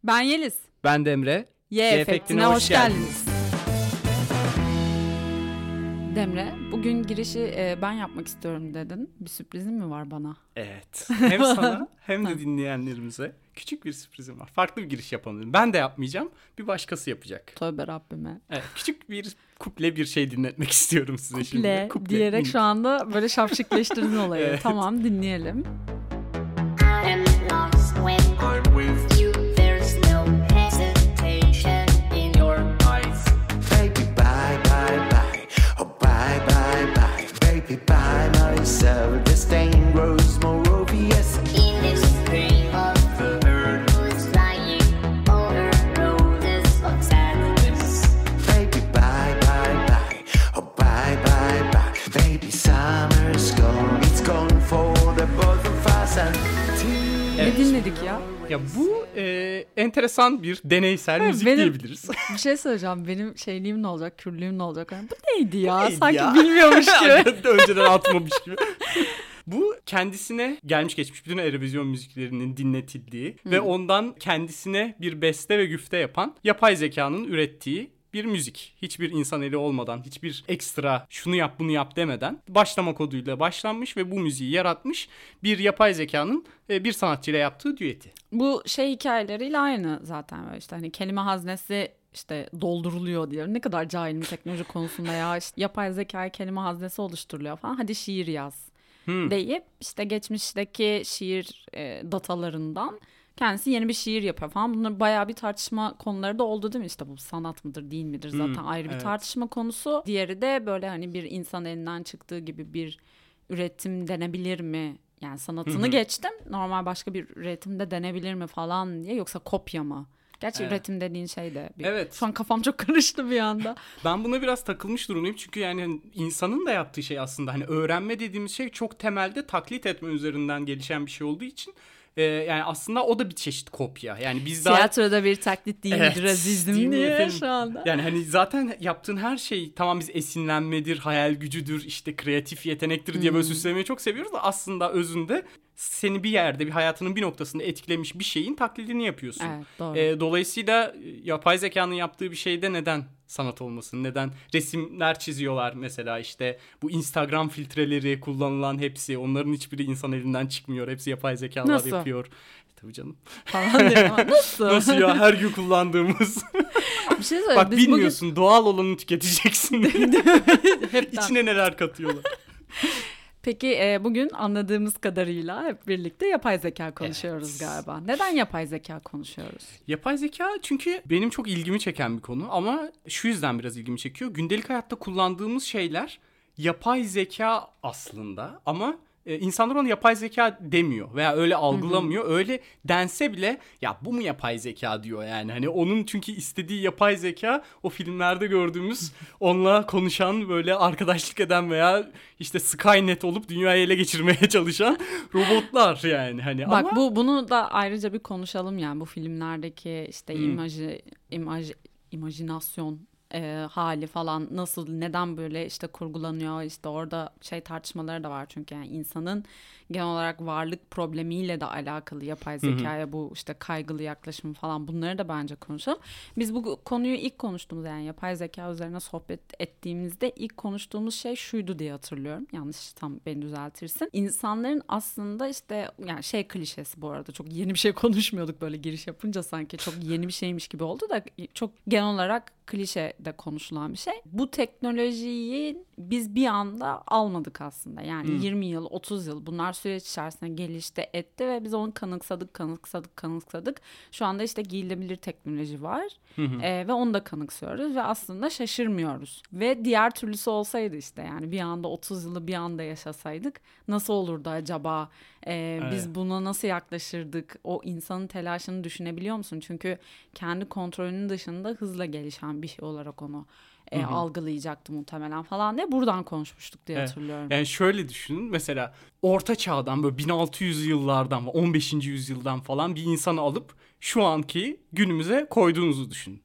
Ben Yeliz. Ben de Emre. Y-Efekti'ne hoş geldiniz. Demre, bugün girişi ben yapmak istiyorum dedin. Bir sürprizin mi var bana? Evet. Hem sana hem de dinleyenlerimize küçük bir sürprizim var. Farklı bir giriş yapalım dedim. Ben de yapmayacağım. Bir başkası yapacak. Tövbe Rabbime. Evet, küçük bir kuple bir şey dinletmek istiyorum size şimdi. Kuple diyerek şu anda böyle şapşikleştirdin olayı. Evet. Tamam, dinleyelim. I'm lost when I'm with you. There's no hesitation in your eyes. Baby, bye, bye, bye. Oh, bye, bye, bye. Baby, by myself. The stain grows more obvious. In this dream of the bird who's flying over roses of sadness. Baby, bye, bye, bye. Oh, bye, bye, bye. Baby, summer's gone. It's gone for the both of us and Ne dinledik ya? Ya bu enteresan bir deneysel müzik diyebiliriz. Bir şey söyleyeceğim. Benim şeyliğim ne olacak? Kürlüğüm ne olacak? Yani bu neydi ya? Neydi Sanki ya? bilmiyormuş gibi. Önceden atmamış gibi. Bu kendisine gelmiş geçmiş bütün Eurovision müziklerinin dinletildiği ve ondan kendisine bir beste ve güfte yapan yapay zekanın ürettiği bir müzik. Hiçbir insan eli olmadan, hiçbir ekstra şunu yap bunu yap demeden başlama koduyla başlanmış ve bu müziği yaratmış bir yapay zekanın bir sanatçıyla yaptığı düeti. Bu şey hikayeleriyle aynı zaten böyle işte hani kelime haznesi işte dolduruluyor diyor. Ne kadar cahilim teknoloji konusunda ya. İşte yapay zekaya kelime haznesi oluşturuluyor falan. Hadi şiir yaz deyip işte geçmişteki şiir datalarından kendisi yeni bir şiir yapıyor falan. Bunlar bayağı bir tartışma konuları da oldu değil mi? İşte bu sanat mıdır değil midir zaten ayrı bir tartışma konusu. Diğeri de böyle hani bir insan elinden çıktığı gibi bir üretim denebilir mi? Yani sanatını geçtim. Normal başka bir üretimde denebilir mi falan diye. Yoksa kopya mı? Gerçi üretim dediğin şey de. Evet. Şu an kafam çok karıştı bir anda. Ben buna biraz takılmış durumdayım. Çünkü yani insanın da yaptığı şey aslında hani öğrenme dediğimiz şey çok temelde taklit etme üzerinden gelişen bir şey olduğu için yani aslında o da bir çeşit kopya. Yani biz daha... Tiyatroda bir taklit değil midir Evet, azizim değil mi diye efendim? şu anda. Yani hani zaten yaptığın her şey tamam biz esinlenmedir, hayal gücüdür, işte kreatif yetenektir diye böyle süslemeyi çok seviyoruz da aslında özünde seni bir yerde bir hayatının bir noktasında etkilemiş bir şeyin taklidini yapıyorsun. Evet, doğru. Dolayısıyla yapay zekanın yaptığı bir şeyde neden sanat olmasın? Neden resimler çiziyorlar mesela işte bu Instagram filtreleri kullanılan hepsi onların hiçbiri insan elinden çıkmıyor. Hepsi yapay zekalar Nasıl? yapıyor. Tabii canım. Falan diyor ama nasıl? Nasıl ya her gün kullandığımız. Bir şey söyle. Bak biz bilmiyorsun doğal olanı tüketeceksin. Hepten. İçine neler katıyorlar. Peki bugün anladığımız kadarıyla hep birlikte yapay zeka konuşuyoruz galiba. Neden yapay zeka konuşuyoruz? Yapay zeka çünkü benim çok ilgimi çeken bir konu ama şu yüzden biraz ilgimi çekiyor. Gündelik hayatta kullandığımız şeyler yapay zeka aslında ama insanlar ona yapay zeka demiyor veya öyle algılamıyor. Öyle dense bile ya bu mu yapay zeka diyor yani. Hani onun çünkü istediği yapay zeka o filmlerde gördüğümüz onunla konuşan böyle arkadaşlık eden veya işte Skynet olup dünyayı ele geçirmeye çalışan robotlar yani. Hani Bak ama... bunu da ayrıca bir konuşalım yani bu filmlerdeki işte imajinasyon hali falan nasıl neden böyle işte kurgulanıyor işte orada şey tartışmaları da var çünkü yani insanın genel olarak varlık problemiyle de alakalı yapay zekaya bu işte kaygılı yaklaşım falan bunları da bence konuşalım. Biz bu konuyu ilk konuştuğumuz yani yapay zeka üzerine sohbet ettiğimizde ilk konuştuğumuz şey şuydu diye hatırlıyorum. Yanlış tam beni düzeltirsin. İnsanların aslında işte yani şey klişesi bu arada çok yeni bir şey konuşmuyorduk böyle giriş yapınca sanki çok yeni bir şeymiş gibi oldu da çok genel olarak klişede konuşulan bir şey. Bu teknolojiyi biz bir anda almadık aslında. Yani 20 yıl, 30 yıl bunlar süreç içerisinde gelişti, etti ve biz onu kanıksadık. Şu anda işte giyilebilir teknoloji var ve onu da kanıksıyoruz ve aslında şaşırmıyoruz. Ve diğer türlüsü olsaydı işte yani bir anda 30 yılı bir anda yaşasaydık nasıl olurdu acaba? Biz buna nasıl yaklaşırdık? O insanın telaşını düşünebiliyor musun? Çünkü kendi kontrolünün dışında hızla gelişen bir şey olarak onu algılayacaktı muhtemelen falan diye buradan konuşmuştuk diye hatırlıyorum. Yani şöyle düşünün mesela Orta Çağ'dan böyle 1600 yıllardan 15. yüzyıldan falan bir insanı alıp şu anki günümüze koyduğunuzu düşünün.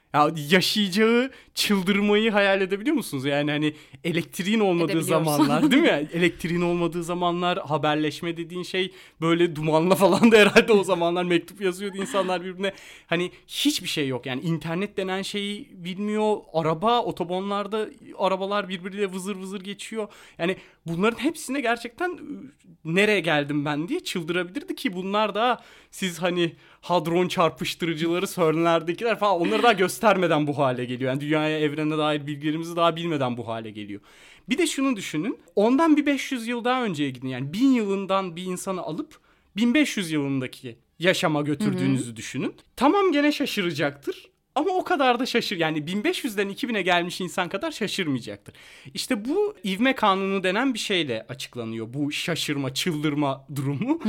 Ya yaşayacağı çıldırmayı hayal edebiliyor musunuz? Yani hani elektriğin olmadığı Edebiliyoruz. zamanlar değil mi? Elektriğin olmadığı zamanlar haberleşme dediğin şey böyle dumanla falan da herhalde o zamanlar mektup yazıyordu insanlar birbirine. Hani hiçbir şey yok. Yani internet denen şeyi bilmiyor. Araba, otobanlarda arabalar birbiriyle vızır vızır geçiyor. Yani bunların hepsine gerçekten nereye geldim ben diye çıldırabilirdi ki bunlar da siz hani hadron çarpıştırıcıları, CERN'lerdekiler falan onları daha göstermeden bu hale geliyor. Yani dünyaya, evrene dair bilgilerimizi daha bilmeden bu hale geliyor. Bir de şunu düşünün. Ondan bir 500 yıl daha önceye gidin. Yani 1000 yılından bir insanı alıp 1500 yılındaki yaşama götürdüğünüzü düşünün. Tamam gene şaşıracaktır. Ama o kadar da yani 1500'den 2000'e gelmiş insan kadar şaşırmayacaktır. İşte bu ivme kanunu denen bir şeyle açıklanıyor. Bu şaşırma, çıldırma durumu.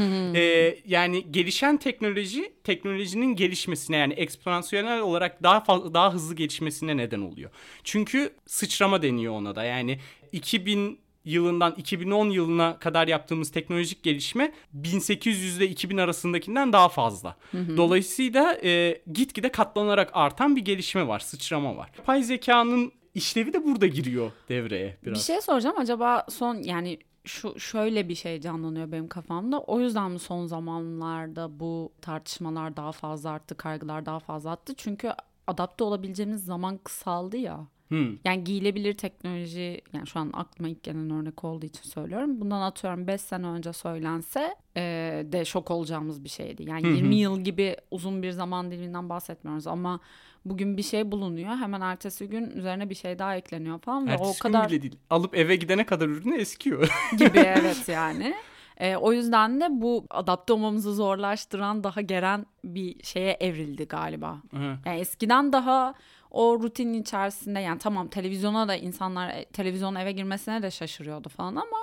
Yani gelişen teknolojinin gelişmesine, yani eksponansiyel olarak daha hızlı gelişmesine neden oluyor. Çünkü sıçrama deniyor ona da. Yani 2000 yılından 2010 yılına kadar yaptığımız teknolojik gelişme 1800 ile 2000 arasındakinden daha fazla. Dolayısıyla gitgide katlanarak artan bir gelişme var, sıçrama var. Yapay zekanın işlevi de burada giriyor devreye biraz. Bir şey soracağım, acaba yani şöyle bir şey canlanıyor benim kafamda. O yüzden mi son zamanlarda bu tartışmalar daha fazla arttı, kaygılar daha fazla arttı? Çünkü adapte olabileceğimiz zaman kısaldı ya. Yani giyilebilir teknoloji, yani şu an aklıma ilk gelen örnek olduğu için söylüyorum. Bundan atıyorum 5 sene önce söylense de şok olacağımız bir şeydi. Yani 20 yıl gibi uzun bir zaman diliminden bahsetmiyoruz ama bugün bir şey bulunuyor. Hemen ertesi gün üzerine bir şey daha ekleniyor falan. Ve Ertesi o kadar gün bile değil. Alıp eve gidene kadar ürünü eskiyor. gibi, evet yani. O yüzden de bu adapte olmamızı zorlaştıran, daha geren bir şeye evrildi galiba. Yani eskiden daha o rutinin içerisinde, yani tamam televizyona da insanlar televizyonun eve girmesine de şaşırıyordu falan ama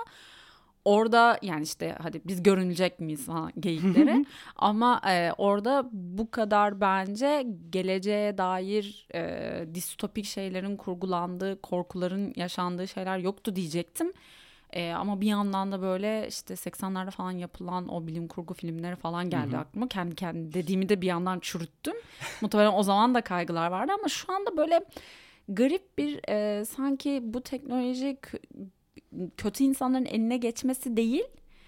orada yani işte hadi biz görünecek miyiz falan geyikleri ama orada bu kadar bence geleceğe dair distopik şeylerin kurgulandığı, korkuların yaşandığı şeyler yoktu diyecektim. Ama bir yandan da böyle işte 80'lerde falan yapılan o bilim kurgu filmleri falan geldi aklıma. Kendi dediğimi de bir yandan çürüttüm. Muhtemelen o zaman da kaygılar vardı ama şu anda böyle garip bir sanki bu teknoloji kötü insanların eline geçmesi değil,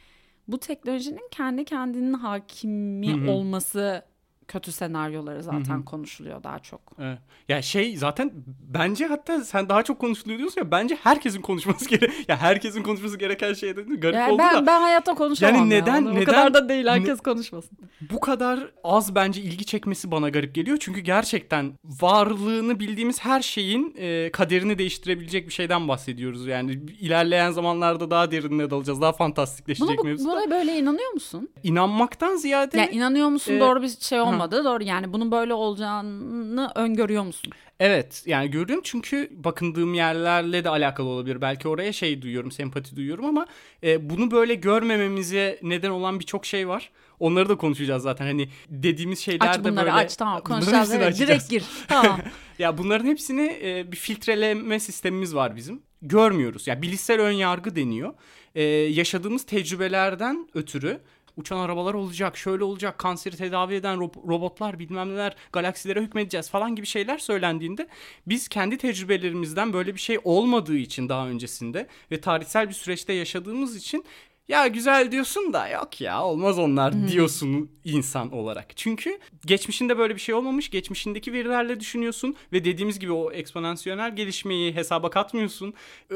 bu teknolojinin kendi kendinin hakimi olması kötü senaryoları zaten konuşuluyor daha çok. Evet. Ya zaten bence hatta sen daha çok konuşuluyor diyorsun ya, bence herkesin konuşması herkesin konuşması gereken şey de garip yani oldu da. Ben hayatta konuşamam. Yani neden o kadar da değil, herkes konuşmasın. Bu kadar az bence ilgi çekmesi bana garip geliyor. Çünkü gerçekten varlığını bildiğimiz her şeyin kaderini değiştirebilecek bir şeyden bahsediyoruz. Yani ilerleyen zamanlarda daha derinine dalacağız. Daha fantastikleşecek mevzuda. Buna böyle inanıyor musun? İnanmaktan ziyade... Yani inanıyor musun? Doğru bir şey olmadı. Doğru, yani bunun böyle olacağını öngörüyor musun? Evet, yani görüyorum çünkü bakındığım yerlerle de alakalı olabilir. Belki oraya duyuyorum, sempati duyuyorum ama bunu böyle görmememize neden olan birçok şey var. Onları da konuşacağız zaten. Hani dediğimiz şeyler aç de bunları, böyle... aç tamam konuşacağız. Evet, direkt gir. Tamam. Ya bunların hepsini bir filtreleme sistemimiz var bizim. Görmüyoruz. Yani bilişsel ön yargı deniyor. Yaşadığımız tecrübelerden ötürü uçan arabalar olacak, şöyle olacak, kanseri tedavi eden robotlar, bilmem neler, galaksilere hükmedeceğiz falan gibi şeyler söylendiğinde biz kendi tecrübelerimizden böyle bir şey olmadığı için daha öncesinde ve tarihsel bir süreçte yaşadığımız için ya güzel diyorsun da yok ya olmaz onlar diyorsun insan olarak. Çünkü geçmişinde böyle bir şey olmamış, geçmişindeki verilerle düşünüyorsun ve dediğimiz gibi o eksponansiyonel gelişmeyi hesaba katmıyorsun.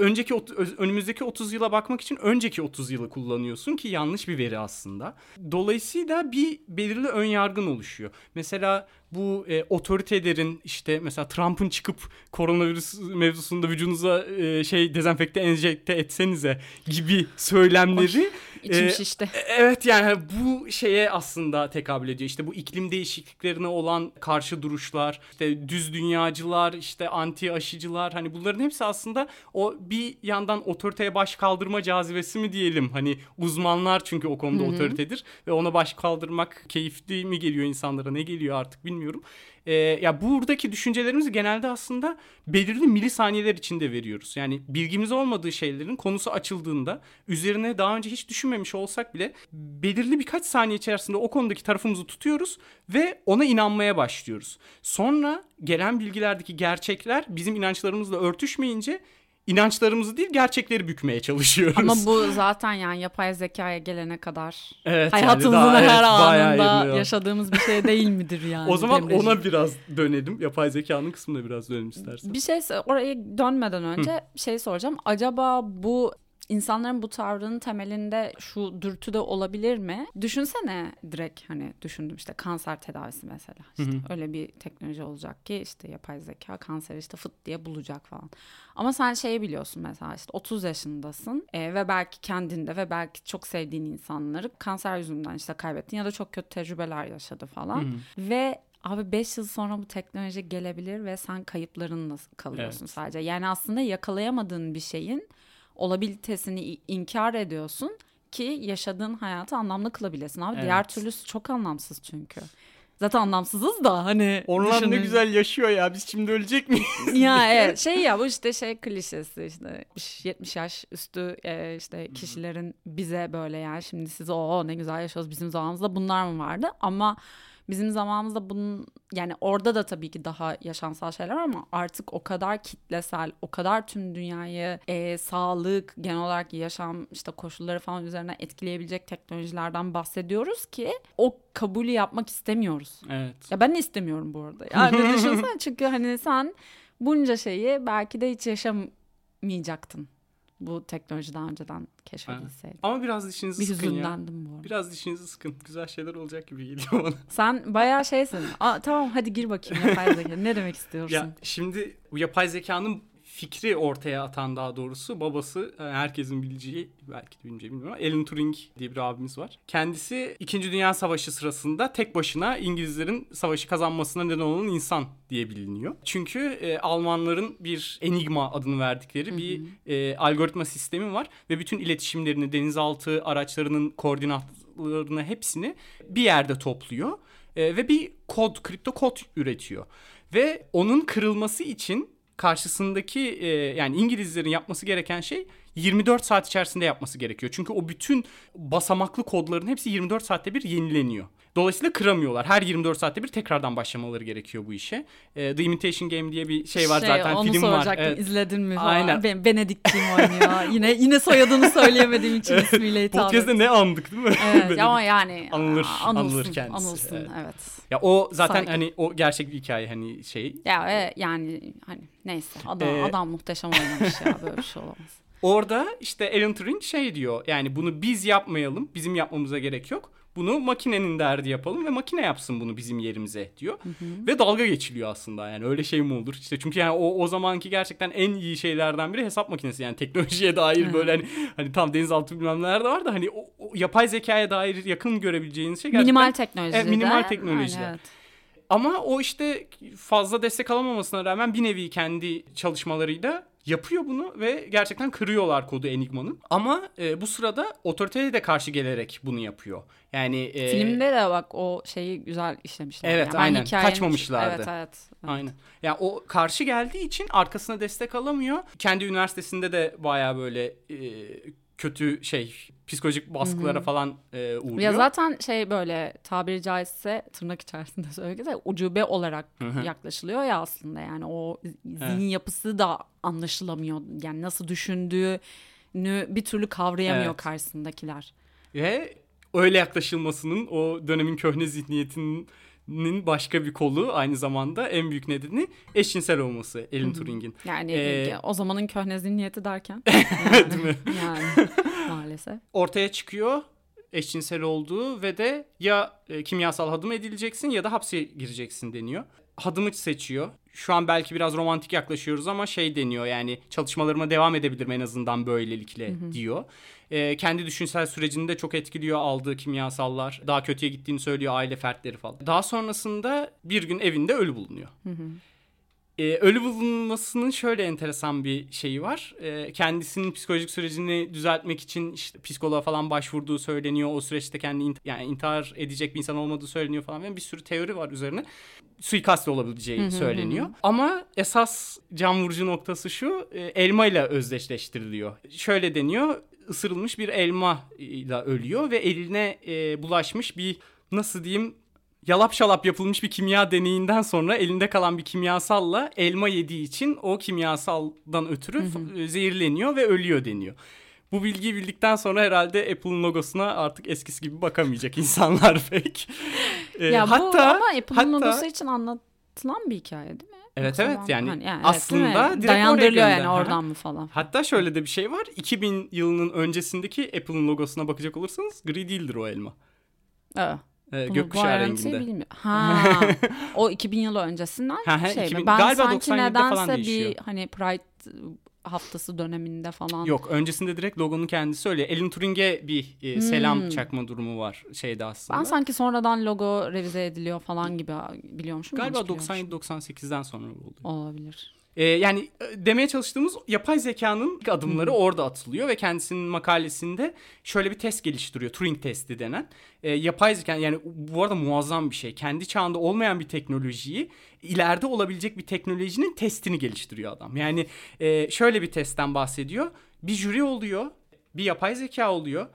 Önümüzdeki 30 yıla bakmak için önceki 30 yılı kullanıyorsun ki yanlış bir veri aslında. Dolayısıyla bir belirli ön yargın oluşuyor. Mesela bu otoritelerin işte mesela Trump'ın çıkıp koronavirüs mevzusunda vücudunuza dezenfekte enjekte etsenize gibi söylemleri İçim şişti. Evet, yani bu şeye aslında tekabül ediyor. İşte bu iklim değişikliklerine olan karşı duruşlar, işte düz dünyacılar, işte anti aşıcılar, hani bunların hepsi aslında o bir yandan otoriteye baş kaldırma cazibesi mi diyelim? Hani uzmanlar çünkü o konuda otoritedir ve ona baş kaldırmak keyifli mi geliyor insanlara, ne geliyor artık bilmiyorum. Ya buradaki düşüncelerimizi genelde aslında belirli milisaniyeler içinde veriyoruz. Yani bilgimiz olmadığı şeylerin konusu açıldığında üzerine daha önce hiç düşünmemiş düşünmemiş olsak bile belirli birkaç saniye içerisinde o konudaki tarafımızı tutuyoruz ve ona inanmaya başlıyoruz. Sonra gelen bilgilerdeki gerçekler bizim inançlarımızla örtüşmeyince inançlarımızı değil gerçekleri bükmeye çalışıyoruz. Ama bu zaten yani yapay zekaya gelene kadar Evet, hayatımızın yani daha, her bayağı anında evriliyor. yaşadığımız bir şey değil midir yani? O zaman Demirciğim? ona biraz dönelim. Yapay zekanın kısmına biraz dönelim istersen. Bir şey oraya dönmeden önce şey soracağım. Acaba bu insanların bu tavrının temelinde şu dürtü de olabilir mi? Düşünsene, direkt hani düşündüm işte kanser tedavisi mesela. İşte öyle bir teknoloji olacak ki işte yapay zeka kanseri işte fıt diye bulacak falan. Ama sen şeyi biliyorsun mesela işte 30 yaşındasın ve belki kendinde ve belki çok sevdiğin insanları kanser yüzünden işte kaybettin ya da çok kötü tecrübeler yaşadı falan. Ve abi 5 yıl sonra bu teknoloji gelebilir ve sen kayıplarınla kalıyorsun Evet. sadece. Yani aslında yakalayamadığın bir şeyin olabilitesini inkar ediyorsun ki yaşadığın hayatı anlamlı kılabilesin. Abi diğer Evet. türlüsü çok anlamsız çünkü. Zaten anlamsızız da hani. Onlar ne düşünün. güzel yaşıyor ya. Biz şimdi ölecek miyiz? Ya evet şey ya bu işte şey klişesi işte 70 yaş üstü işte kişilerin bize böyle yani şimdi siz o ne güzel yaşıyoruz bizim zamanımızda bunlar mı vardı ama bizim zamanımızda bunun yani orada da tabii ki daha yaşamsal şeyler var ama artık o kadar kitlesel, o kadar tüm dünyayı sağlık, genel olarak yaşam işte koşulları falan üzerine etkileyebilecek teknolojilerden bahsediyoruz ki o kabulü yapmak istemiyoruz. Evet. Ya ben de istemiyorum bu arada. Yani düşünsene çünkü hani sen bunca şeyi belki de hiç yaşamayacaktın. Bu teknoloji daha önceden keşfedilseydi. Ama biraz dişinizi Bir sıkın ya. hüzünlendim bu arada. Biraz dişinizi sıkın. Güzel şeyler olacak gibi geliyor bana. Sen bayağı şeysin. Tamam hadi gir bakayım yapay zeka. Ne demek istiyorsun? Ya şimdi bu yapay zekanın fikri ortaya atan daha doğrusu babası herkesin bileceği belki de bilmeyeceği bilmiyorum ama Alan Turing diye bir abimiz var. Kendisi 2. Dünya Savaşı sırasında tek başına İngilizlerin savaşı kazanmasına neden olan insan diye biliniyor. Çünkü Almanların bir Enigma adını verdikleri bir algoritma sistemi var ve bütün iletişimlerini, denizaltı araçlarının koordinatlarını hepsini bir yerde topluyor ve bir kod, kripto kod üretiyor. Ve onun kırılması için karşısındaki yani İngilizlerin yapması gereken şey 24 saat içerisinde yapması gerekiyor. Çünkü o bütün basamaklı kodların hepsi 24 saatte bir yenileniyor. Dolayısıyla kıramıyorlar. Her 24 saatte bir tekrardan başlamaları gerekiyor bu işe. The Imitation Game diye bir şey var zaten, onu film var. soracaktım. Evet. İzledin mi falan. Aynen. Benedict'ciğim oynuyor. yine soyadını söyleyemediğim için ismiyle hitap Podcast'te ettim. ne andık değil mi? Evet Böyle ama yani anılır kendisi. Anılsın Evet. evet. Ya o zaten Saygı. hani o gerçek bir hikaye hani şey. Ya yani hani neyse adam muhteşem oynamış ya böyle bir şey olamaz. Orada işte Alan Turing şey diyor, yani bunu biz yapmayalım, bizim yapmamıza gerek yok. Bunu makinenin derdi yapalım ve makine yapsın bunu bizim yerimize diyor. Ve dalga geçiliyor aslında, yani öyle şey mi olur? İşte çünkü yani o zamanki gerçekten en iyi şeylerden biri hesap makinesi, yani teknolojiye dair böyle hani tam denizaltı bilmem neler de var da hani o yapay zekaya dair yakın görebileceğiniz şey gerçekten Minimal teknolojide. minimal teknolojide. Aynen, evet. Ama o işte fazla destek alamamasına rağmen bir nevi kendi çalışmalarıyla yapıyor bunu ve gerçekten kırıyorlar kodu Enigma'nın. Ama bu sırada otoriteye de karşı gelerek bunu yapıyor. Yani Filmde de bak o şeyi güzel işlemişler. Evet, yani aynen. Kaçmamışlardı. Evet. Aynen. Yani o karşı geldiği için arkasına destek alamıyor. Kendi üniversitesinde de bayağı böyle kötü psikolojik baskılara falan uğruyor. Ya zaten böyle tabiri caizse tırnak içerisinde söyledi ucube olarak yaklaşılıyor ya aslında, yani o zihin yapısı da anlaşılamıyor. Yani nasıl düşündüğünü bir türlü kavrayamıyor karşısındakiler. Ve öyle yaklaşılmasının o dönemin köhne zihniyetinin başka bir kolu, aynı zamanda en büyük nedeni eşcinsel olması Alan Turing'in. Yani o zamanın köhne zihniyeti derken. Değil mi? Yani maalesef. Ortaya çıkıyor eşcinsel olduğu ve de ya kimyasal hadım edileceksin ya da hapse gireceksin deniyor. Hadımı seçiyor. Şu an belki biraz romantik yaklaşıyoruz ama deniyor, yani çalışmalarıma devam edebilirim en azından böylelikle diyor. Kendi düşünsel sürecini de çok etkiliyor aldığı kimyasallar. Daha kötüye gittiğini söylüyor aile fertleri falan. Daha sonrasında bir gün evinde ölü bulunuyor. Ölü bulunmasının şöyle enteresan bir şeyi var. Kendisinin psikolojik sürecini düzeltmek için işte psikoloğa falan başvurduğu söyleniyor. O süreçte kendi intihar edecek bir insan olmadığı söyleniyor falan. Yani bir sürü teori var üzerine. Suikast olabileceği söyleniyor. Ama esas can vurucu noktası şu, elma ile özdeşleştiriliyor. Şöyle deniyor. ısırılmış bir elma ile ölüyor ve eline bulaşmış bir, nasıl diyeyim, yalap şalap yapılmış bir kimya deneyinden sonra elinde kalan bir kimyasalla elma yediği için o kimyasaldan ötürü zehirleniyor ve ölüyor deniyor. Bu bilgiyi bildikten sonra herhalde Apple'ın logosuna artık eskisi gibi bakamayacak insanlar pek. Ya bu ama Apple'ın logosu için anlatılan bir hikaye değil mi? Evet Yoksa evet yani, evet, aslında direkt dayandırılıyor yani Ha. oradan mı falan. Hatta şöyle de bir şey var. 2000 yılının öncesindeki Apple'ın logosuna bakacak olursanız gri değildir o elma. Evet. Gökkuşağı renginde. Ha. O 2000 yıl öncesinden şey 2000, mi? Ben galiba sanki 97'de falan nedense değişiyor. bir hani Pride haftası döneminde falan. Yok, öncesinde direkt logonun kendisi öyle. Alan Turing'e bir selam çakma durumu var şeyde aslında. Ben sanki sonradan logo revize ediliyor falan gibi biliyormuşum. Galiba 97-98'den sonra oldu. Olabilir. Yani demeye çalıştığımız yapay zekanın adımları orada atılıyor ve kendisinin makalesinde şöyle bir test geliştiriyor. Turing testi denen. Yapay zeka, yani bu arada muazzam bir şey. Kendi çağında olmayan bir teknolojiyi ileride olabilecek bir teknolojinin testini geliştiriyor adam. Yani şöyle bir testten bahsediyor. Bir jüri oluyor, bir yapay zeka oluyor.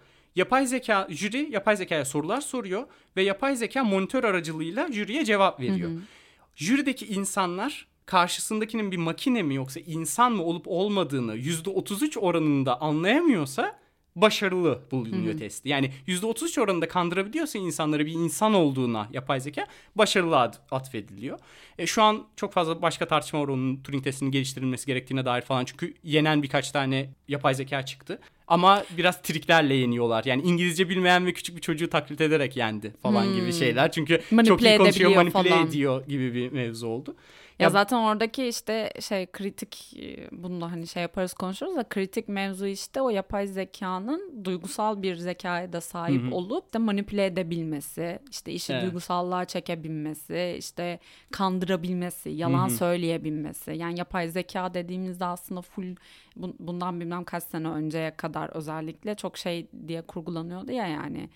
Jüri yapay zekaya sorular soruyor ve yapay zeka monitör aracılığıyla jüriye cevap veriyor. Jürideki insanlar karşısındakinin bir makine mi yoksa insan mı olup olmadığını %33 oranında anlayamıyorsa başarılı bulunuyor testi. Yani %33 oranında kandırabiliyorsa insanları bir insan olduğuna yapay zeka başarılı atfediliyor. Şu an çok fazla başka tartışma var onun Turing testinin geliştirilmesi gerektiğine dair falan. Çünkü yenen birkaç tane yapay zeka çıktı. Ama biraz triklerle yeniyorlar. Yani İngilizce bilmeyen ve küçük bir çocuğu taklit ederek yendi falan gibi şeyler. Çünkü çok iyi konuşuyor, manipüle ediyor gibi bir mevzu oldu. Ya zaten oradaki işte kritik, bunu da hani yaparız konuşuruz da, kritik mevzu işte o yapay zekanın duygusal bir zekaya da sahip olup da manipüle edebilmesi, işte işi duygusallığa çekebilmesi, işte kandırabilmesi, yalan söyleyebilmesi. Yani yapay zeka dediğimizde aslında full bundan bilmem kaç sene önceye kadar özellikle çok diye kurgulanıyordu ya, yani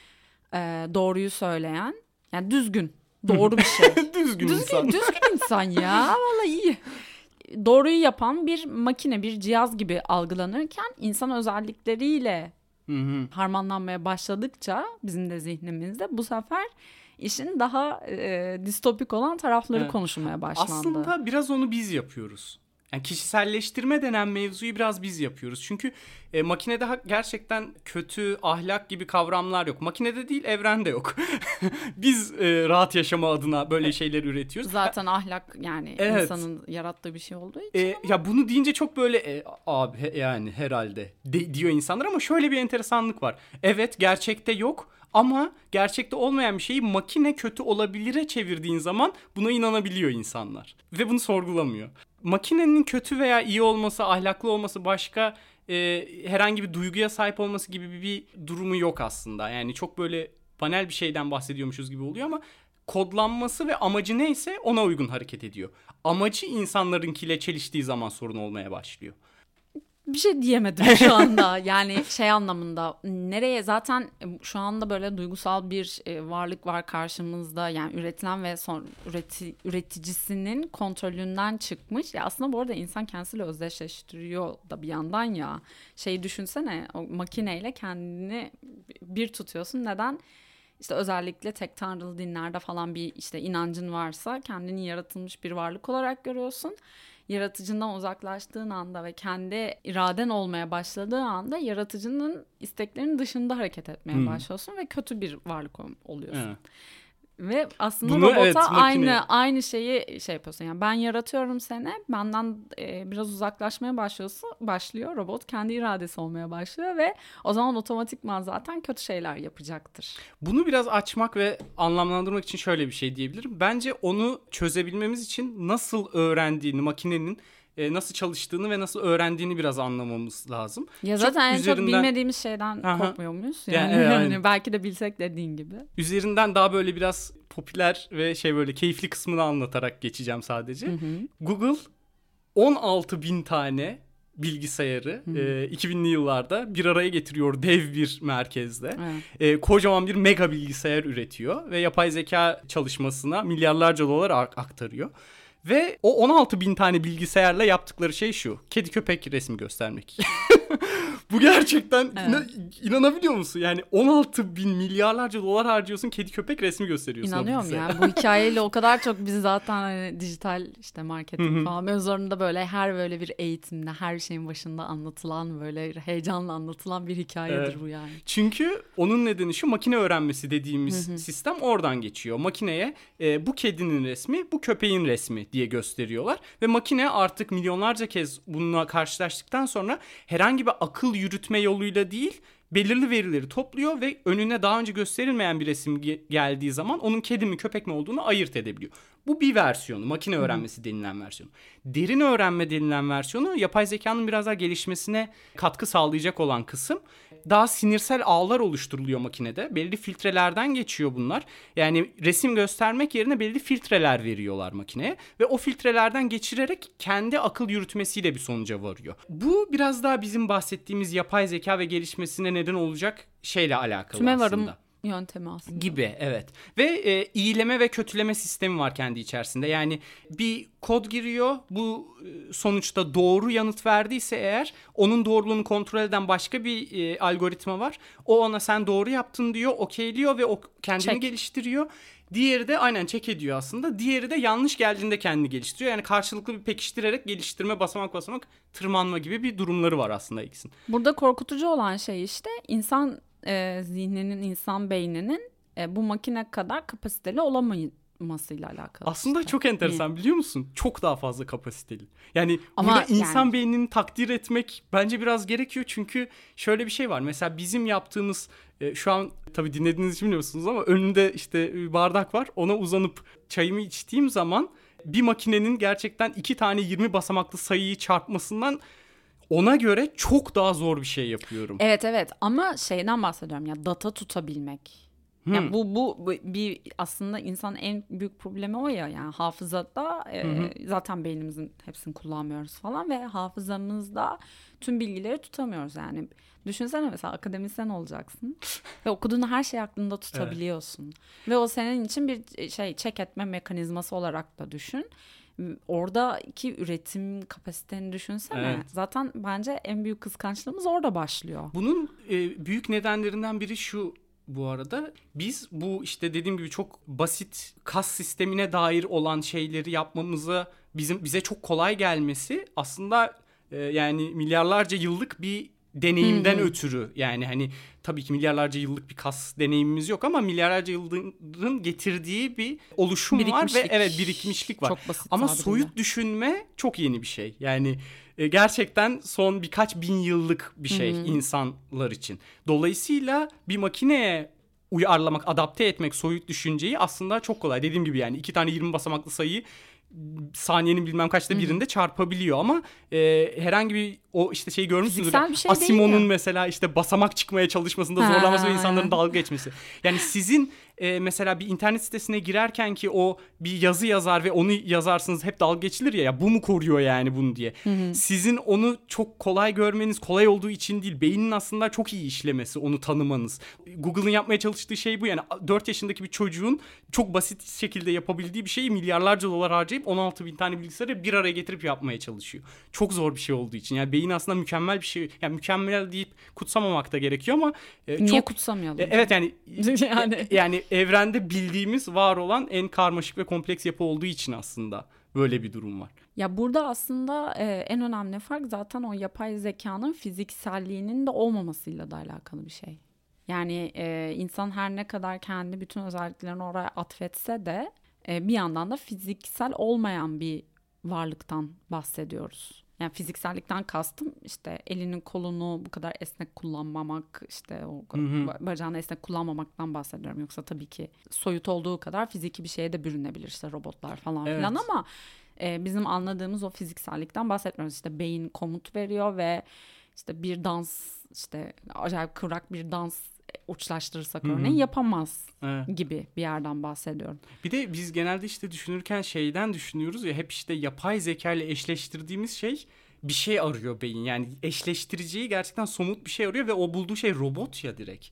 doğruyu söyleyen, yani düzgün. Doğru bir şey. Düzgün insan ya. Vallahi iyi. Doğruyu yapan bir makine, bir cihaz gibi algılanırken insan özellikleriyle harmanlanmaya başladıkça bizim de zihnimizde bu sefer işin daha distopik olan tarafları konuşulmaya başlandı. Aslında biraz onu biz yapıyoruz. Yani kişiselleştirme denen mevzuyu biraz biz yapıyoruz. Çünkü makinede gerçekten kötü, ahlak gibi kavramlar yok. Makinede değil, evrende yok. Biz rahat yaşama adına böyle şeyler üretiyoruz. Zaten ahlak yani insanın yarattığı bir şey olduğu için. Ya bunu deyince çok böyle abi yani herhalde diyor insanlar, ama şöyle bir enteresanlık var. Evet, gerçekte yok. Ama gerçekte olmayan bir şeyi makine kötü olabilire çevirdiğin zaman buna inanabiliyor insanlar. Ve bunu sorgulamıyor. Makinenin kötü veya iyi olması, ahlaklı olması, başka herhangi bir duyguya sahip olması gibi bir durumu yok aslında. Yani çok böyle banal bir şeyden bahsediyormuşuz gibi oluyor ama kodlanması ve amacı neyse ona uygun hareket ediyor. Amacı insanlarınkiyle çeliştiği zaman sorun olmaya başlıyor. Bir şey diyemedim şu anda. Yani anlamında, nereye zaten şu anda böyle duygusal bir varlık var karşımızda. Yani üretilen ve üreticisinin kontrolünden çıkmış. Ya aslında bu arada insan kendisiyle özdeşleştiriyor da bir yandan ya. Düşünsene, o makineyle kendini bir tutuyorsun. Neden? İşte özellikle tek tanrılı dinlerde falan bir inancın varsa kendini yaratılmış bir varlık olarak görüyorsun. Yaratıcından uzaklaştığın anda ve kendi iraden olmaya başladığı anda yaratıcının isteklerinin dışında hareket etmeye başlıyorsun ve kötü bir varlık oluyorsun. Evet. Ve aslında bunu, robota aynı şeyi yapıyorsun. Yani ben yaratıyorum seni, benden biraz uzaklaşmaya başlıyor. Robot kendi iradesi olmaya başlıyor ve o zaman otomatikman zaten kötü şeyler yapacaktır. Bunu biraz açmak ve anlamlandırmak için şöyle bir şey diyebilirim. Bence onu çözebilmemiz için nasıl öğrendiğini, makinenin nasıl çalıştığını ve nasıl öğrendiğini biraz anlamamız lazım. Ya zaten çok bilmediğimiz şeyden korkmuyor muyuz? Yani belki de bilsek, dediğin gibi. Üzerinden daha böyle biraz popüler ve böyle keyifli kısmını anlatarak geçeceğim sadece. Google 16.000 tane bilgisayarı 2000'li yıllarda bir araya getiriyor dev bir merkezde. Evet. Kocaman bir mega bilgisayar üretiyor ve yapay zeka çalışmasına milyarlarca dolar aktarıyor. Ve o 16.000 tane bilgisayarla yaptıkları şey şu: kedi köpek resmi göstermek. Bu gerçekten inanabiliyor musun? Yani 16 bin milyarlarca dolar harcıyorsun, kedi köpek resmi gösteriyorsun. İnanıyorum ya. Bu hikayeyle o kadar çok biz zaten hani dijital işte marketing falan mevzularında böyle her böyle bir eğitimde her şeyin başında anlatılan böyle heyecanla anlatılan bir hikayedir bu yani. Çünkü onun nedeni şu, makine öğrenmesi dediğimiz sistem oradan geçiyor. Makineye bu kedinin resmi, bu köpeğin resmi diye gösteriyorlar. Ve makine artık milyonlarca kez bununla karşılaştıktan sonra herhangi bir akıl yürütme yoluyla değil, belirli verileri topluyor ve önüne daha önce gösterilmeyen bir resim geldiği zaman onun kedi mi köpek mi olduğunu ayırt edebiliyor. Bu bir versiyonu, makine öğrenmesi denilen versiyonu. Derin öğrenme denilen versiyonu, yapay zekanın biraz daha gelişmesine katkı sağlayacak olan kısım. Daha sinirsel ağlar oluşturuluyor makinede. Belirli filtrelerden geçiyor bunlar. Yani resim göstermek yerine belirli filtreler veriyorlar makineye. Ve o filtrelerden geçirerek kendi akıl yürütmesiyle bir sonuca varıyor. Bu biraz daha bizim bahsettiğimiz yapay zeka ve gelişmesine neden olacak şeyle alakalı Tümevarım aslında. Yöntemi aslında. Gibi, evet. Ve iyileme ve kötüleme sistemi var kendi içerisinde. Yani bir kod giriyor, bu sonuçta doğru yanıt verdiyse eğer, onun doğruluğunu kontrol eden başka bir algoritma var. O ona sen doğru yaptın diyor, okeyliyor ve o kendini geliştiriyor. Diğeri de aynen check ediyor aslında. Diğeri de yanlış geldiğinde kendini geliştiriyor. Yani karşılıklı bir pekiştirerek geliştirme, basamak basamak tırmanma gibi bir durumları var aslında ikisinin. Burada korkutucu olan şey işte insan zihninin, insan beyninin bu makine kadar kapasiteli olamasıyla alakalı. Aslında işte. çok enteresan biliyor musun? Çok daha fazla kapasiteli. Yani ama burada insan yani beynini takdir etmek bence biraz gerekiyor. Çünkü şöyle bir şey var. Mesela bizim yaptığımız, şu an tabii dinlediğiniz için bilmiyorsunuz ama önümde işte bir bardak var. Ona uzanıp çayımı içtiğim zaman bir makinenin gerçekten 2 tane 20 basamaklı sayıyı çarpmasından ona göre çok daha zor bir şey yapıyorum. Evet ama şeyden bahsediyorum ya, data tutabilmek. Yani bu bir aslında insanın en büyük problemi o ya, yani hafızada zaten beynimizin hepsini kullanmıyoruz falan ve hafızamızda tüm bilgileri tutamıyoruz yani. Düşünsene mesela akademisyen olacaksın ve okuduğun her şeyi aklında tutabiliyorsun. Ve o senin için bir check etme mekanizması olarak da düşün. Oradaki üretim kapasiteni düşünsene. Evet. Zaten bence en büyük kıskançlığımız orada başlıyor. Bunun büyük nedenlerinden biri şu bu arada. Biz bu işte dediğim gibi çok basit kas sistemine dair olan şeyleri yapmamıza bize çok kolay gelmesi aslında yani milyarlarca yıllık bir deneyimden ötürü. Yani hani tabii ki milyarlarca yıllık bir kas deneyimimiz yok ama milyarlarca yılın getirdiği bir oluşum var ve evet birikmişlik var. Çok basit ama tabiriyle. soyut düşünme çok yeni bir şey. Yani gerçekten son birkaç bin yıllık bir şey insanlar için. Dolayısıyla bir makineye uyarlamak, adapte etmek soyut düşünceyi aslında çok kolay. Dediğim gibi yani 2 tane 20 basamaklı sayıyı saniyenin bilmem kaçta birinde çarpabiliyor ama herhangi bir o işte şeyi görmüşsünüzdür. Fiziksel bir şey Asimov'un değil mesela işte basamak çıkmaya çalışmasında zorlanması ve insanların dalga geçmesi. Yani sizin mesela bir internet sitesine girerken ki o bir yazı yazar ve onu yazarsınız hep dalga geçilir ya bu mu koruyor yani bunu diye. Sizin onu çok kolay görmeniz kolay olduğu için değil, beynin aslında çok iyi işlemesi, onu tanımanız. Google'ın yapmaya çalıştığı şey bu yani 4 yaşındaki bir çocuğun çok basit şekilde yapabildiği bir şeyi milyarlarca dolar harcayıp 16 bin tane bilgisayarı bir araya getirip yapmaya çalışıyor. Çok zor bir şey olduğu için yani beyin aslında mükemmel bir şey, yani mükemmel deyip kutsamamak da gerekiyor ama niye çok kutsamayalım? Evet yani yani evrende bildiğimiz var olan en karmaşık ve kompleks yapı olduğu için aslında böyle bir durum var. Ya burada aslında en önemli fark zaten o yapay zekanın fizikselliğinin de olmamasıyla da alakalı bir şey. Yani insan her ne kadar kendi bütün özelliklerini oraya atfetse de bir yandan da fiziksel olmayan bir varlıktan bahsediyoruz. Yani fiziksellikten kastım işte elinin kolunu bu kadar esnek kullanmamak, işte o bacağını esnek kullanmamaktan bahsediyorum. Yoksa tabii ki soyut olduğu kadar fiziki bir şeye de bürünebilir işte robotlar falan filan ama bizim anladığımız o fiziksellikten bahsetmiyoruz. İşte beyin komut veriyor ve işte bir dans, işte acayip kıvrak bir dans uçlaştırırsak örneğin yapamaz gibi bir yerden bahsediyorum. Bir de biz genelde işte düşünürken şeyden düşünüyoruz ya, hep işte yapay zeka ile eşleştirdiğimiz şey bir şey arıyor beyin. Yani eşleştiriciyi gerçekten somut bir şey arıyor ve o bulduğu şey robot ya direkt.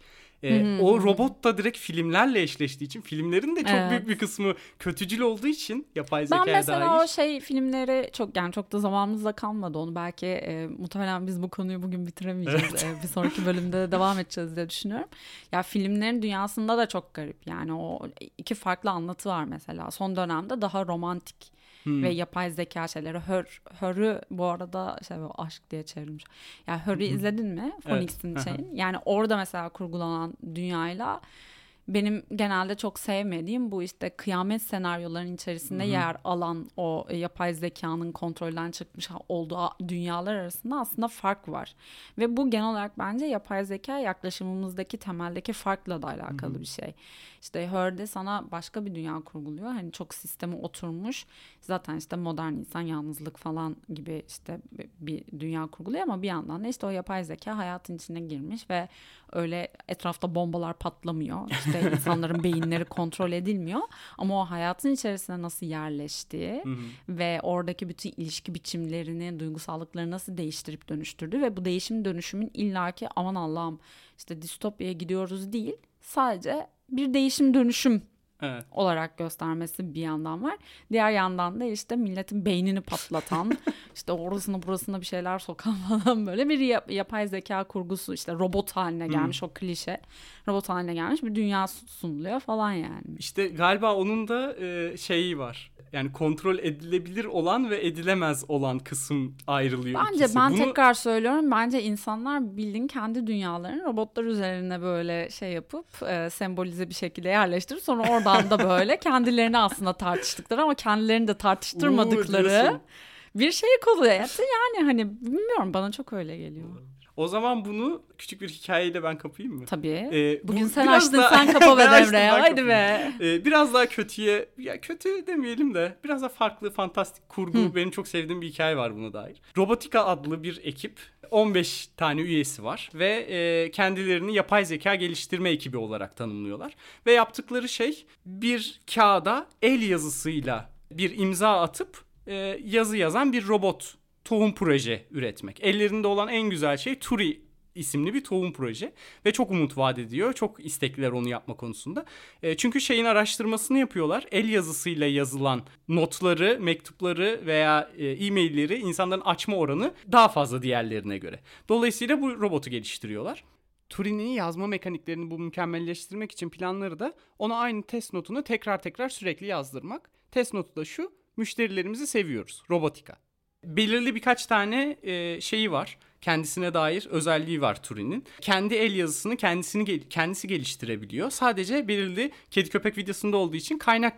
O robot da direkt filmlerle eşleştiği için, filmlerin de çok Evet. büyük bir kısmı kötücül olduğu için yapay zekaya Ben dair. mesela o filmleri çok da zamanımızda kalmadı onu. Belki muhtemelen biz bu konuyu bugün bitiremeyeceğiz. Bir sonraki bölümde de devam edeceğiz diye düşünüyorum. Ya filmlerin dünyasında da çok garip. Yani o iki farklı anlatı var mesela. Son dönemde daha romantik ve yapay zeka şeyleri. Hör'ü bu arada aşk diye çevrilmiş. Yani Hör'ü izledin mi? Phoenix'in şeyin. Yani orada mesela kurgulanan dünyayla benim genelde çok sevmediğim bu işte kıyamet senaryolarının içerisinde yer alan o yapay zekanın kontrolden çıkmış olduğu dünyalar arasında aslında fark var. Ve bu genel olarak bence yapay zeka yaklaşımımızdaki temeldeki farkla da alakalı bir şey. İşte Her'de sana başka bir dünya kurguluyor. Hani çok sisteme oturmuş. Zaten işte modern insan yalnızlık falan gibi işte bir dünya kurguluyor ama bir yandan da işte o yapay zeka hayatın içine girmiş ve öyle etrafta bombalar patlamıyor. İşte insanların beyinleri kontrol edilmiyor. Ama o hayatın içerisine nasıl yerleştiği ve oradaki bütün ilişki biçimlerini, duygusallıkları nasıl değiştirip dönüştürdü ve bu değişim dönüşümün illaki aman Allah'ım işte distopyaya gidiyoruz değil. Sadece bir değişim dönüşüm olarak göstermesi bir yandan var. Diğer yandan da işte milletin beynini patlatan, işte orasına burasına bir şeyler sokan falan böyle bir yapay zeka kurgusu, işte robot haline gelmiş o klişe. Robot haline gelmiş bir dünya sunuluyor falan yani. İşte galiba onun da şeyi var. Yani kontrol edilebilir olan ve edilemez olan kısım ayrılıyor. Bence ikisi. tekrar söylüyorum. Bence insanlar bildiğin kendi dünyalarını robotlar üzerine böyle yapıp sembolize bir şekilde yerleştirip sonra oradan da böyle kendilerini aslında tartıştıkları ama kendilerini de tartıştırmadıkları bir şey kuruluyor. Yani hani bilmiyorum, bana çok öyle geliyor. O zaman bunu küçük bir hikayeyle ben kapayım mı? Tabii. Bugün sen biraz açtın, daha... sen kapa be Ben açtım, Emre. ben Haydi kapayım. be. Biraz daha kötüye, ya kötü demeyelim de biraz daha farklı, fantastik kurgu, benim çok sevdiğim bir hikaye var buna dair. Robotika adlı bir ekip, 15 tane üyesi var ve kendilerini yapay zeka geliştirme ekibi olarak tanımlıyorlar. Ve yaptıkları şey bir kağıda el yazısıyla bir imza atıp yazı yazan bir robot tohum proje üretmek. Ellerinde olan en güzel şey Turi isimli bir tohum proje ve çok umut vaat ediyor. Çok istekliler onu yapma konusunda. Çünkü şeyin araştırmasını yapıyorlar. El yazısıyla yazılan notları, mektupları veya e-mailleri insanların açma oranı daha fazla diğerlerine göre. Dolayısıyla bu robotu geliştiriyorlar. Turing'in yazma mekaniklerini bu mükemmelleştirmek için planları da ona aynı test notunu tekrar sürekli yazdırmak. Test notu da şu: müşterilerimizi seviyoruz. Robotika. Belirli birkaç tane şeyi var. Kendisine dair özelliği var Turing'in. Kendi el yazısını kendisi geliştirebiliyor. Sadece belirli kedi köpek videosunda olduğu için kaynak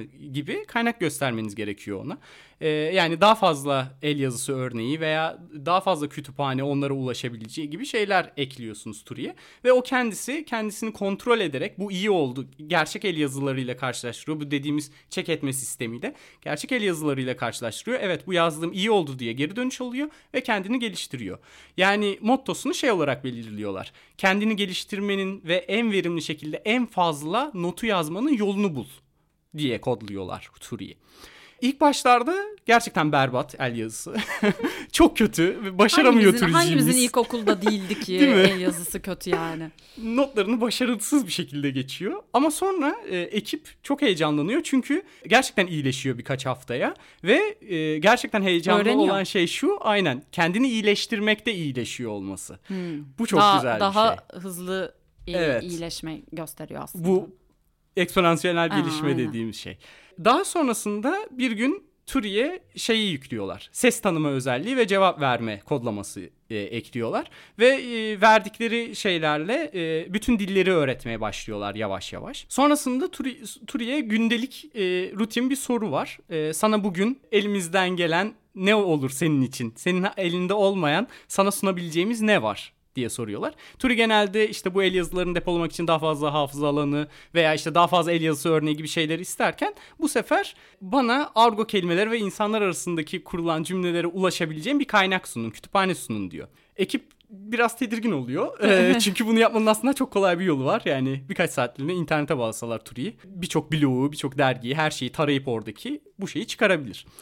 göstermeniz gerekiyor ona. Yani daha fazla el yazısı örneği veya daha fazla kütüphane onlara ulaşabileceği gibi şeyler ekliyorsunuz Turi'ye. Ve o kendisini kontrol ederek bu iyi oldu. Gerçek el yazılarıyla karşılaştırıyor. Bu dediğimiz check etme sistemiyle gerçek el yazılarıyla karşılaştırıyor. Evet, bu yazdığım iyi oldu diye geri dönüş alıyor ve kendini geliştiriyor. Yani mottosunu şey olarak belirliyorlar: kendini geliştirmenin ve en verimli şekilde en fazla notu yazmanın yolunu bul diye kodluyorlar Turi'yi. İlk başlarda gerçekten berbat el yazısı. Çok kötü. Başaramıyor Turi'ciğimiz. Hangimizin ilkokulda değildi ki el yazısı kötü yani. Notlarını başarısız bir şekilde geçiyor. Ama sonra ekip çok heyecanlanıyor. Çünkü gerçekten iyileşiyor birkaç haftaya. Ve gerçekten heyecanlı olan şey şu: aynen kendini iyileştirmekte iyileşiyor olması. Bu çok güzel bir şey. Daha hızlı iyileşme gösteriyor aslında. Bu eksponansiyel gelişme dediğimiz şey. Daha sonrasında bir gün Turi'ye şeyi yüklüyorlar: ses tanıma özelliği ve cevap verme kodlaması ekliyorlar. Ve verdikleri şeylerle bütün dilleri öğretmeye başlıyorlar yavaş yavaş. Sonrasında Turi'ye gündelik rutin bir soru var. Sana bugün elimizden gelen ne olur senin için? Senin elinde olmayan, sana sunabileceğimiz ne var diye soruyorlar. Turi genelde işte bu el yazılarını depolamak için daha fazla hafıza alanı veya işte daha fazla el yazısı örneği gibi şeyleri isterken bu sefer bana argo kelimeler ve insanlar arasındaki kurulan cümlelere ulaşabileceğim bir kaynak sunun, kütüphane sunun diyor. Ekip biraz tedirgin oluyor. Çünkü bunu yapmanın aslında çok kolay bir yolu var. Yani birkaç saatliğine internete bağlasalar Turi'yi, birçok blogu, birçok dergiyi, her şeyi tarayıp oradaki bu şeyi çıkarabilir.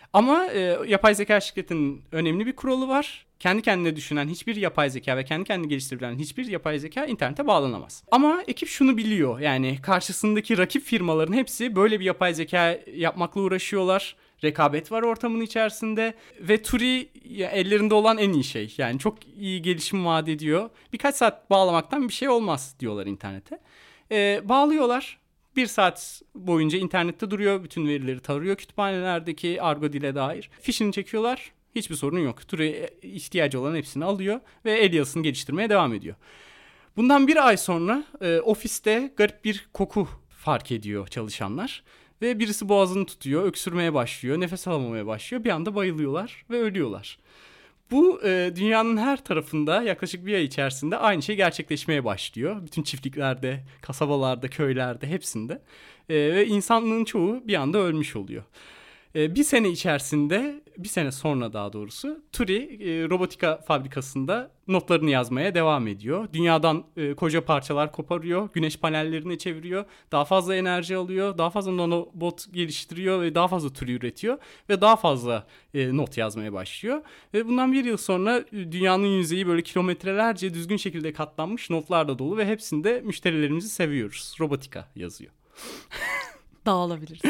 Ama yapay zeka şirketinin önemli bir kuralı var. Kendi kendine düşünen hiçbir yapay zeka ve kendi kendine geliştirilen hiçbir yapay zeka internete bağlanamaz. Ama ekip şunu biliyor, yani karşısındaki rakip firmaların hepsi böyle bir yapay zeka yapmakla uğraşıyorlar. Rekabet var ortamın içerisinde ve Turi ellerinde olan en iyi şey. Yani çok iyi gelişim vaat ediyor. Birkaç saat bağlamaktan bir şey olmaz diyorlar internete. Bağlıyorlar. 1 saat boyunca internette duruyor. Bütün verileri tarıyor kütüphanelerdeki argo dile dair. Fişini çekiyorlar. Hiçbir sorun yok. Turi ihtiyacı olan hepsini alıyor ve el yazısını geliştirmeye devam ediyor. Bundan 1 ay sonra ofiste garip bir koku fark ediyor çalışanlar. Ve birisi boğazını tutuyor, öksürmeye başlıyor, nefes alamamaya başlıyor. Bir anda bayılıyorlar ve ölüyorlar. Bu dünyanın her tarafında yaklaşık 1 ay içerisinde aynı şey gerçekleşmeye başlıyor. Bütün çiftliklerde, kasabalarda, köylerde, hepsinde. Ve insanlığın çoğu bir anda ölmüş oluyor. Bir sene sonra daha doğrusu Turi robotika fabrikasında notlarını yazmaya devam ediyor. Dünyadan koca parçalar koparıyor, güneş panellerine çeviriyor, daha fazla enerji alıyor, daha fazla nanobot geliştiriyor ve daha fazla Turi üretiyor ve daha fazla not yazmaya başlıyor. Ve bundan 1 yıl sonra dünyanın yüzeyi böyle kilometrelerce düzgün şekilde katlanmış notlarla dolu ve hepsinde müşterilerimizi seviyoruz. Robotika yazıyor. Dağılabiliriz.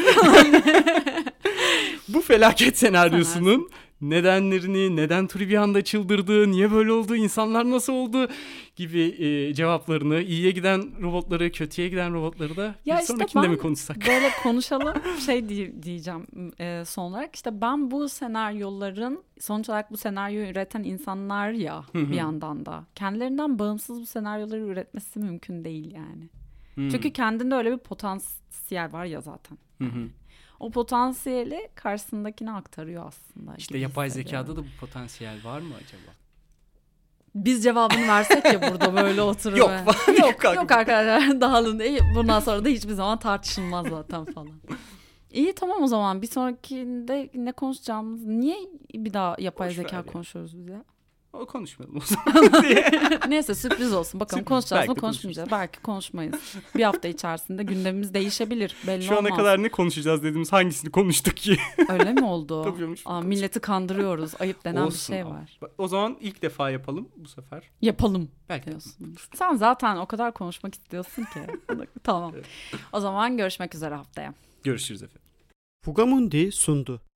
Bu felaket senaryosunun nedenlerini, neden Turi bir anda çıldırdı, niye böyle oldu, insanlar nasıl oldu gibi cevaplarını, iyiye giden robotları, kötüye giden robotları da Ya bir işte sonrakinde mi konuşsak? Böyle konuşalım diyeceğim son olarak. İşte ben bu senaryoların, sonuç olarak bu senaryoyu üreten insanlar ya bir yandan da kendilerinden bağımsız bu senaryoları üretmesi mümkün değil yani. Çünkü kendinde öyle bir potansiyel var ya zaten. O potansiyeli karşısındakine aktarıyor aslında. İşte yapay zekada da bu potansiyel var mı acaba? Biz cevabını versek ya burada böyle oturup. Yok yok arkadaşlar dağılın. Bundan sonra da hiçbir zaman tartışılmaz zaten falan. İyi tamam o zaman bir sonrakinde ne konuşacağımız, niye bir daha yapay Boş zeka ver ya. konuşuyoruz biz ya? O konuşmayalım o zaman diye. Neyse sürpriz olsun. Bakalım Sürpriz. konuşacağız mı Belki konuşmayacağız. Belki konuşmayız. Bir hafta içerisinde gündemimiz değişebilir. Belli Şu ana olmaz. kadar ne konuşacağız dediğimiz hangisini konuştuk ki? Öyle mi oldu? Tabii canım, şu Milleti kandırıyoruz. Ayıp denen Olsun bir şey ama. var. O zaman ilk defa yapalım bu sefer. Yapalım Belki diyorsun. Sen zaten o kadar konuşmak istiyorsun ki. Tamam. Evet. O zaman görüşmek üzere haftaya. Görüşürüz efendim. Fugamundi sundu.